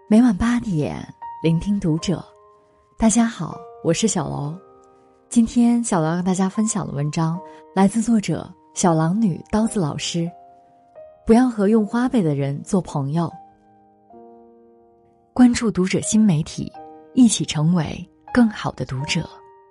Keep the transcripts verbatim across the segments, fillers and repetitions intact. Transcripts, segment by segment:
每晚八点，聆听读者。大家好，我是小楼。今天小楼要跟大家分享的文章来自作者小狼女刀子老师。不要和用花呗的人做朋友。关注读者新媒体，一起成为更好的读者。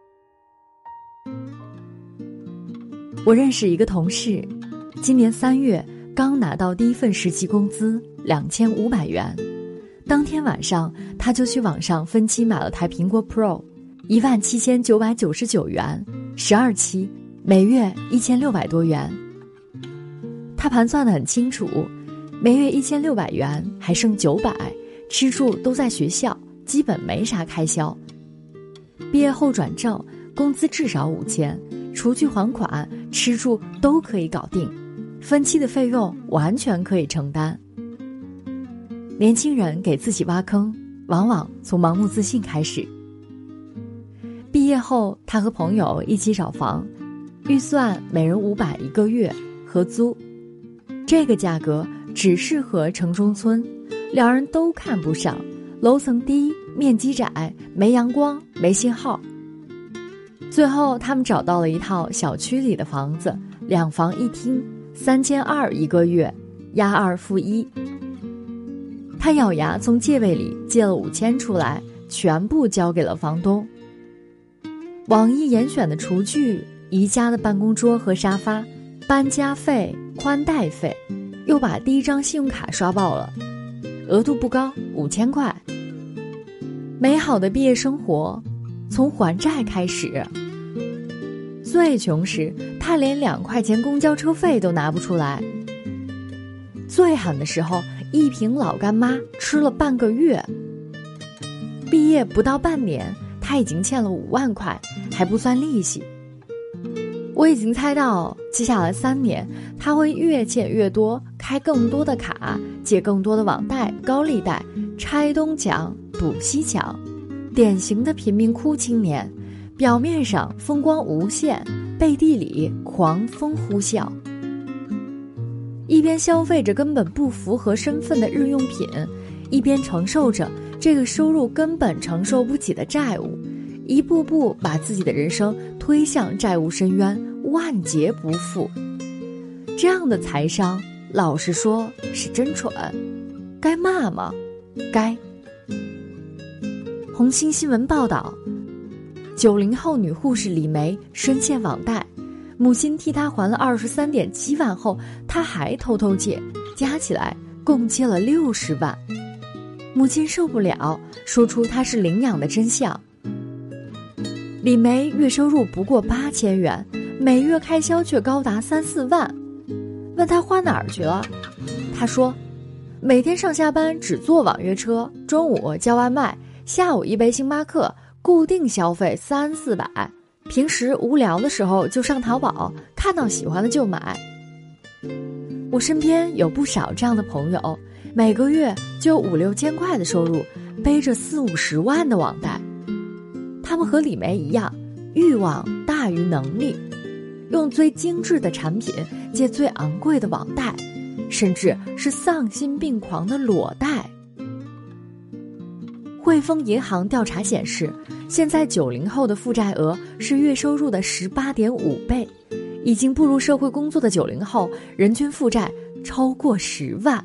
我认识一个同事，今年三月刚拿到第一份实习工资两千五百元，当天晚上他就去网上分期买了台苹果 Pro， 一万七千九百九十九元，十二期，每月一千六百多元。他盘算得很清楚，每月一千六百元，还剩九百，吃住都在学校，基本没啥开销。毕业后转正，工资至少五千，除去还款，吃住都可以搞定，分期的费用完全可以承担。年轻人给自己挖坑，往往从盲目自信开始。毕业后，他和朋友一起找房，预算每人五百一个月，合租。这个价格只适合城中村，两人都看不上，楼层低，面积窄，没阳光，没信号。最后他们找到了一套小区里的房子，两房一厅，三千二一个月，押二付一。他咬牙从借位里借了五千出来，全部交给了房东。网易严选的厨具，宜家的办公桌和沙发，搬家费、宽带费，又把第一张信用卡刷爆了，额度不高，五千块。美好的毕业生活从还债开始。最穷时，他连两块钱公交车费都拿不出来。最狠的时候，一瓶老干妈吃了半个月。毕业不到半年，他已经欠了五万块，还不算利息。我已经猜到，接下来三年他会越欠越多，开更多的卡，借更多的网贷、高利贷，拆东墙补西墙，典型的贫民窟青年，表面上风光无限，背地里狂风呼啸。一边消费着根本不符合身份的日用品，一边承受着这个收入根本承受不起的债务，一步步把自己的人生推向债务深渊，万劫不复。这样的财商，老实说是真蠢，该骂吗？该。红星新闻报道，九零后女护士李梅深陷网贷，母亲替她还了二十三点七万后，她还偷偷借，加起来共借了六十万。母亲受不了，说出她是领养的真相。李梅月收入不过八千元，每月开销却高达三四万。问她花哪儿去了，她说每天上下班只坐网约车，中午叫外卖，下午一杯星巴克，固定消费三四百。平时无聊的时候就上淘宝，看到喜欢的就买。我身边有不少这样的朋友，每个月就五六千块的收入，背着四五十万的网贷。他们和李梅一样，欲望大于能力，用最精致的产品借最昂贵的网贷，甚至是丧心病狂的裸贷。汇丰银行调查显示，现在九零后的负债额是月收入的 十八点五倍，已经步入社会工作的九零后人均负债超过十万。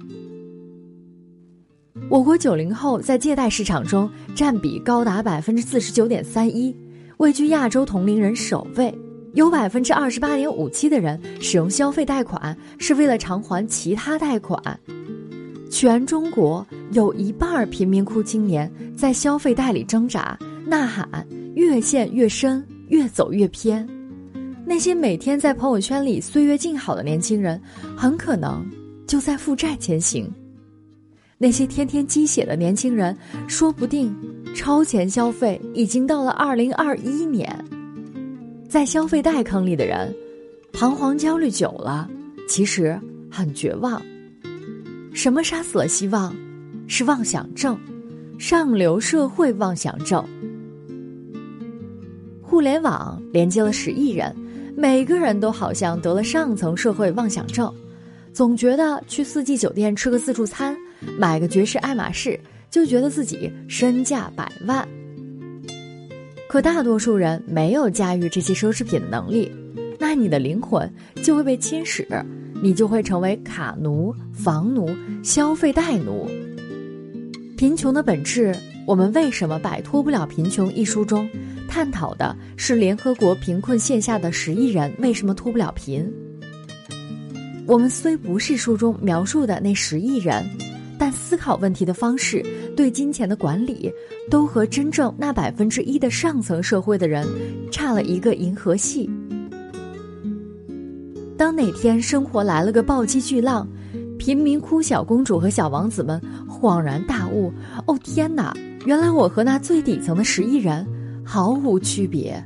我国九零后在借贷市场中占比高达 百分之四十九点三一， 位居亚洲同龄人首位。有 百分之二十八点五七 的人使用消费贷款是为了偿还其他贷款。全中国有一半贫民窟青年在消费贷里挣扎呐喊，越陷越深，越走越偏。那些每天在朋友圈里岁月静好的年轻人，很可能就在负债前行。那些天天鸡血的年轻人，说不定超前消费已经到了二零二一年。在消费贷坑里的人，彷徨焦虑久了，其实很绝望。什么杀死了希望？是妄想症，上流社会妄想症。互联网连接了十亿人，每个人都好像得了上层社会妄想症，总觉得去四季酒店吃个自助餐，买个爵士爱马仕， 就觉得自己身价百万。可大多数人没有驾驭这些奢侈品的能力，那你的灵魂就会被侵蚀，你就会成为卡奴、房奴、消费贷奴。贫穷的本质，我们为什么摆脱不了贫穷一书中探讨的是联合国贫困线下的十亿人为什么脱不了贫。我们虽不是书中描述的那十亿人，但思考问题的方式，对金钱的管理，都和真正那百分之一的上层社会的人差了一个银河系。当哪天生活来了个暴击巨浪，贫民窟小公主和小王子们恍然大悟，哦天哪，原来我和那最底层的十亿人毫无区别。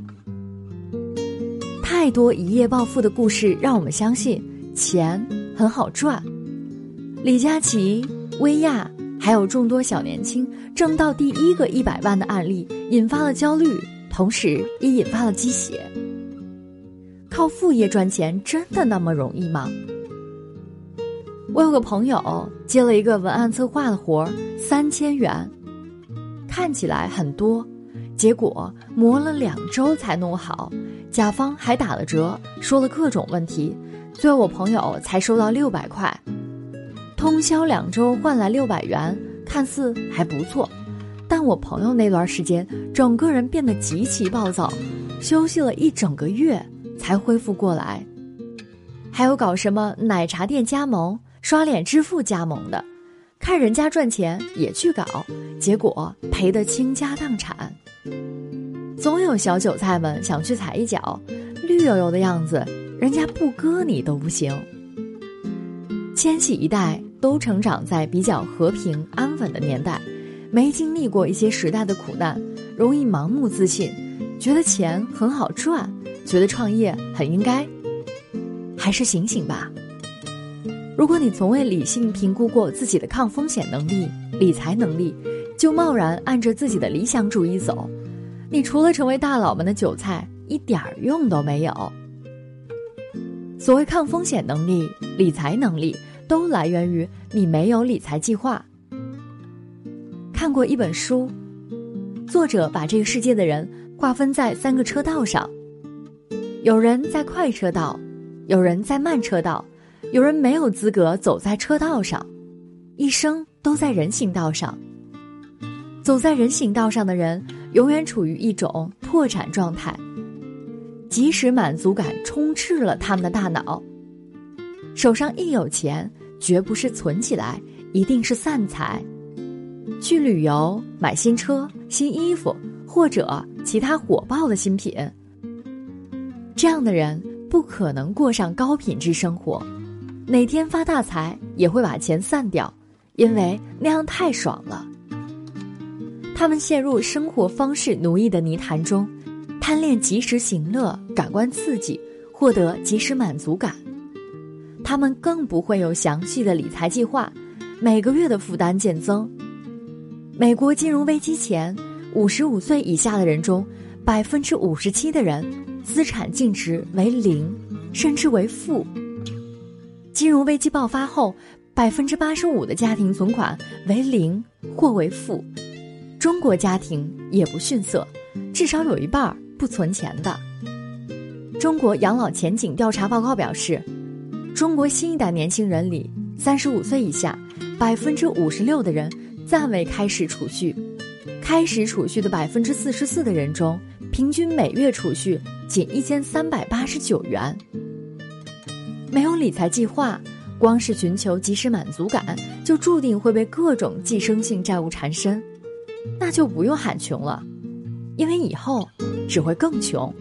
太多一夜暴富的故事让我们相信钱很好赚。李佳琦、薇娅还有众多小年轻挣到第一个一百万的案例，引发了焦虑，同时也引发了鸡血。靠副业赚钱真的那么容易吗？我有个朋友接了一个文案策划的活儿，三千元，看起来很多，结果磨了两周才弄好，甲方还打了折，说了各种问题，最后我朋友才收到六百块。通宵两周换来六百元，看似还不错，但我朋友那段时间整个人变得极其暴躁，休息了一整个月才恢复过来。还有搞什么奶茶店加盟、刷脸支付加盟的，看人家赚钱也去搞，结果赔得倾家荡产。总有小韭菜们想去踩一脚，绿油油的样子，人家不割你都不行。千禧一代都成长在比较和平安稳的年代，没经历过一些时代的苦难，容易盲目自信，觉得钱很好赚，觉得创业很应该。还是醒醒吧。如果你从未理性评估过自己的抗风险能力、理财能力，就贸然按着自己的理想主义走，你除了成为大佬们的韭菜，一点用都没有。所谓抗风险能力、理财能力，都来源于你没有理财计划。看过一本书，作者把这个世界的人划分在三个车道上，有人在快车道，有人在慢车道，有人没有资格走在车道上，一生都在人行道上。走在人行道上的人永远处于一种破产状态，即使满足感充斥了他们的大脑，手上一有钱，绝不是存起来，一定是散财，去旅游、买新车、新衣服，或者其他火爆的新品。这样的人不可能过上高品质生活，哪天发大财也会把钱散掉，因为那样太爽了。他们陷入生活方式奴役的泥潭中，贪恋及时行乐、感官刺激，获得及时满足感。他们更不会有详细的理财计划，每个月的负担渐增。美国金融危机前，五十五岁以下的人中，百分之五十七的人资产净值为零，甚至为负。金融危机爆发后，百分之八十五的家庭存款为零或为负。中国家庭也不逊色，至少有一半不存钱的。中国养老前景调查报告表示，中国新一代年轻人里，三十五岁以下，百分之五十六的人暂未开始储蓄，开始储蓄的百分之四十四的人中，平均每月储蓄仅一千三百八十九元。没有理财计划，光是寻求及时满足感，就注定会被各种寄生性债务缠身。那就不用喊穷了，因为以后只会更穷。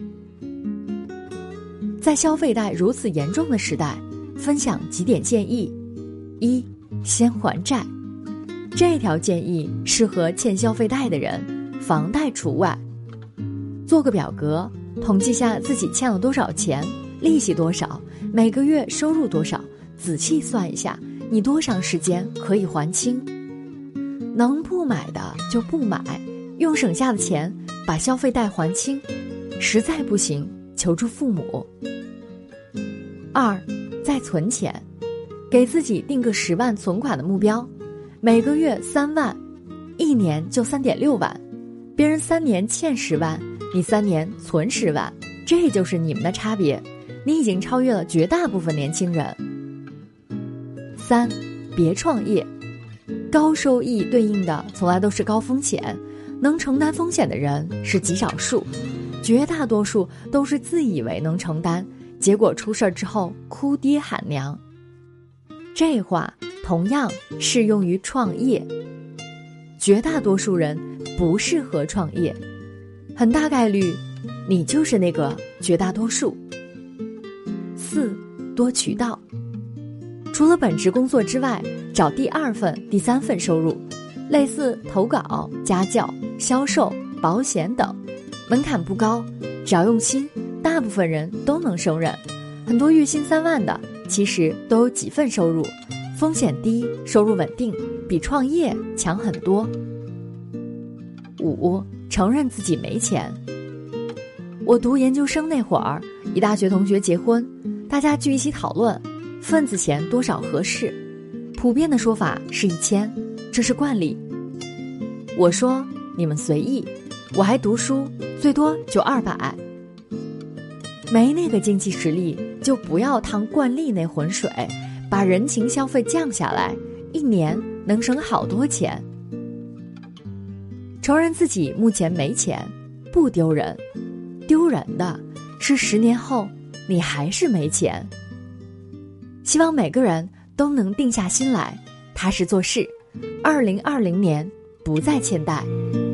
在消费贷如此严重的时代，分享几点建议：一、先还债。这条建议适合欠消费贷的人，房贷除外。做个表格，统计下自己欠了多少钱，利息多少，每个月收入多少，仔细算一下，你多长时间可以还清。能不买的就不买，用省下的钱把消费贷还清，实在不行求助父母。二、再存钱，给自己定个十万存款的目标，每个月三万， 一年就三点六万，别人三年欠十万，你三年存十万，这就是你们的差别。你已经超越了绝大部分年轻人。三，别创业。高收益对应的从来都是高风险，能承担风险的人是极少数，绝大多数都是自以为能承担，结果出事之后哭爹喊娘。这话同样适用于创业，绝大多数人不适合创业，很大概率你就是那个绝大多数。四，多渠道。除了本职工作之外，找第二份、第三份收入，类似投稿、家教、销售、保险等，门槛不高，只要用心，大部分人都能胜任。很多月薪三万的，其实都有几份收入，风险低，收入稳定，比创业强很多。五，承认自己没钱。我读研究生那会儿，一大学同学结婚，大家聚一起讨论份子钱多少合适，普遍的说法是一千，这是惯例。我说你们随意，我还读书，最多就二百。没那个经济实力，就不要趟惯例那浑水，把人情消费降下来，一年能省好多钱。承认自己目前没钱，不丢人，丢人的是十年后你还是没钱。希望每个人都能定下心来，踏实做事。二零二零年不再欠贷。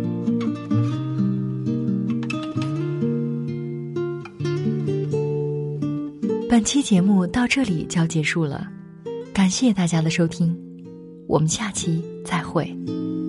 本期节目到这里就要结束了，感谢大家的收听，我们下期再会。